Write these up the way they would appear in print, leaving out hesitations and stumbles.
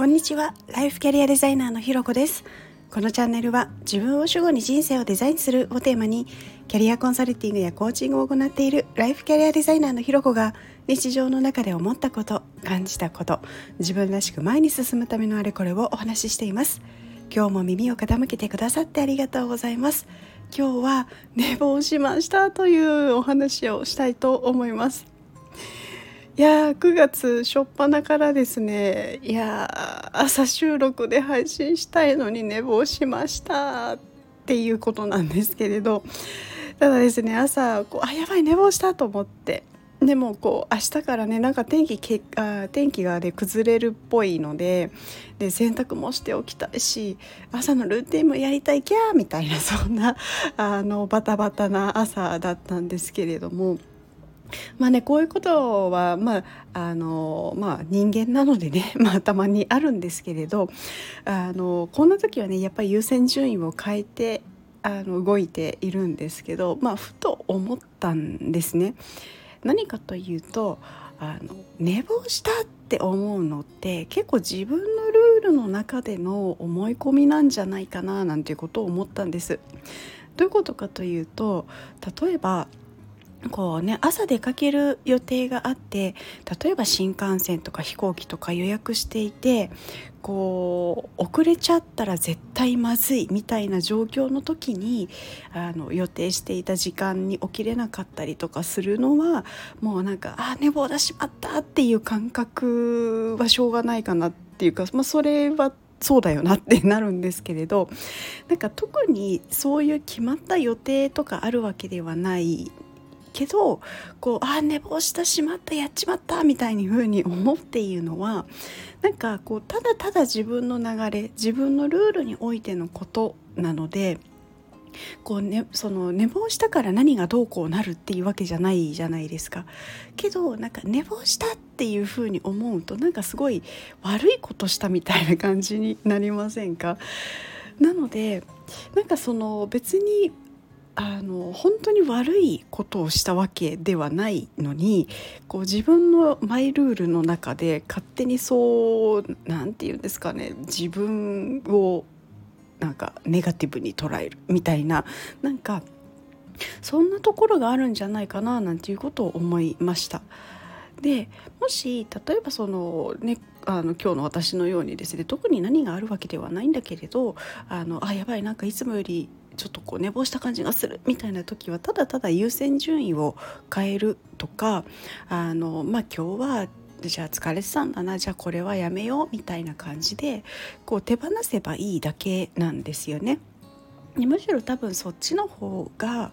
んにちは。ライフキャリアデザイナーのひろこです。このチャンネルは自分を主語に人生をデザインするをテーマに、キャリアコンサルティングやコーチングを行っているライフキャリアデザイナーのひろこが、日常の中で思ったこと、感じたこと、自分らしく前に進むためのあれこれをお話ししています。今日も耳を傾けてくださってありがとうございます。今日は寝坊しましたというお話をしたいと思います。いや9月初っ端からですね、朝収録で配信したいのに寝坊しましたっていうことなんですけれど、ただですね、朝やばい寝坊したと思って、でも明日からね、なんか天気がね崩れるっぽいので、洗濯もしておきたいし、朝のルーティンもやりたいキャーみたいな、そんなバタバタな朝だったんですけれども、こういうことは人間なのでね、たまにあるんですけれど、こんな時はね、やっぱり優先順位を変えて動いているんですけど、ふと思ったんですね。何かというと、寝坊したって思うのって結構自分のルールの中での思い込みなんじゃないかな、なんていうことを思ったんです。どういうことかというと、例えば朝出かける予定があって、例えば新幹線とか飛行機とか予約していて、遅れちゃったら絶対まずいみたいな状況の時に、予定していた時間に起きれなかったりとかするのは、もう寝坊だしまったっていう感覚はしょうがないかなっていうか、それはそうだよなってなるんですけれど、特にそういう決まった予定とかあるわけではないけど、寝坊したしまったやっちまったみたいに風に思っているのは、ただただ自分の流れ、自分のルールにおいてのことなので、その寝坊したから何がどうこうなるっていうわけじゃないじゃないですか。けど寝坊したっていう風に思うと、すごい悪いことしたみたいな感じになりませんか？なので別に本当に悪いことをしたわけではないのに、自分のマイルールの中で勝手になんていうんですかね、自分をネガティブに捉えるみたいな、そんなところがあるんじゃないかな、なんていうことを思いました。でもし例えば今日の私のようにですね、特に何があるわけではないんだけれど、やばい、いつもよりちょっと寝坊した感じがするみたいな時は、ただただ優先順位を変えるとか、今日はじゃあ疲れてたんだな、じゃあこれはやめようみたいな感じで手放せばいいだけなんですよね。むしろ多分そっちの方が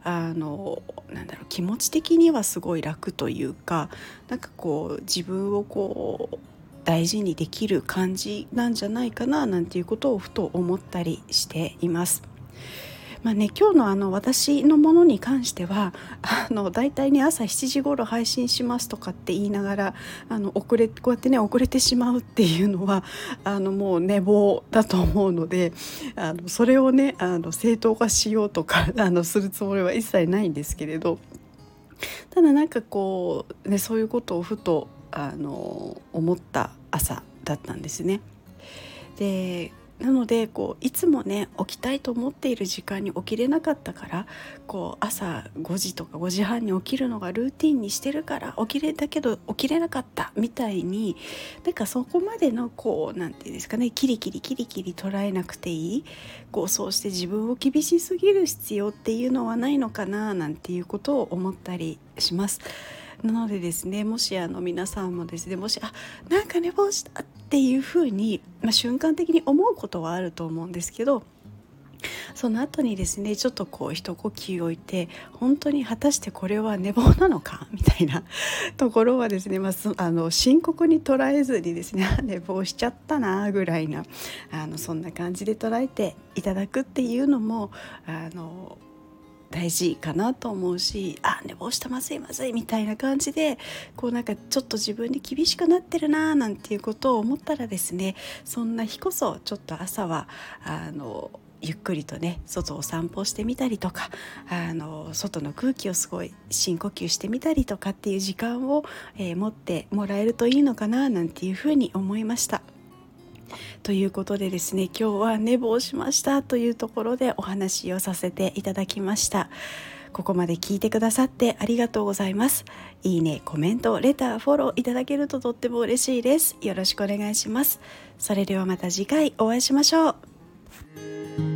気持ち的にはすごい楽というか、自分を大事にできる感じなんじゃないかな、なんていうことをふと思ったりしています。今日の私のものに関しては、だいたいね、朝7時頃配信しますとかって言いながらこうやってね遅れてしまうっていうのはもう寝坊だと思うので、それをね正当化しようとかするつもりは一切ないんですけれど、ただそういうことをふと思った朝だったんですね。でなのでいつもね起きたいと思っている時間に起きれなかったから、朝5時とか5時半に起きるのがルーティンにしてるから起きれたけど起きれなかったみたいに、そこまでのなんていうんですかね、キリキリ捉えなくていい、そうして自分を厳しすぎる必要っていうのはないのかな、なんていうことを思ったりします。なのでですね、もし皆さんもですね、もし寝坊したっていうふうに、瞬間的に思うことはあると思うんですけど、その後にですね、ちょっと一呼吸置いて、本当に果たしてこれは寝坊なのかみたいなところはですね、深刻に捉えずにですね寝坊しちゃったなぐらいなそんな感じで捉えていただくっていうのも大事かなと思うし、寝坊したまずいみたいな感じでちょっと自分に厳しくなってるななんていうことを思ったらですね、そんな日こそちょっと朝はゆっくりとね外を散歩してみたりとか、外の空気をすごい深呼吸してみたりとかっていう時間を、持ってもらえるといいのかななんていうふうに思いました。 ということでですね、今日は寝坊しましたというところでお話をさせていただきました。ここまで聞いてくださってありがとうございます。いいね、コメント、レター、フォローいただけるととっても嬉しいです。よろしくお願いします。それではまた次回お会いしましょう。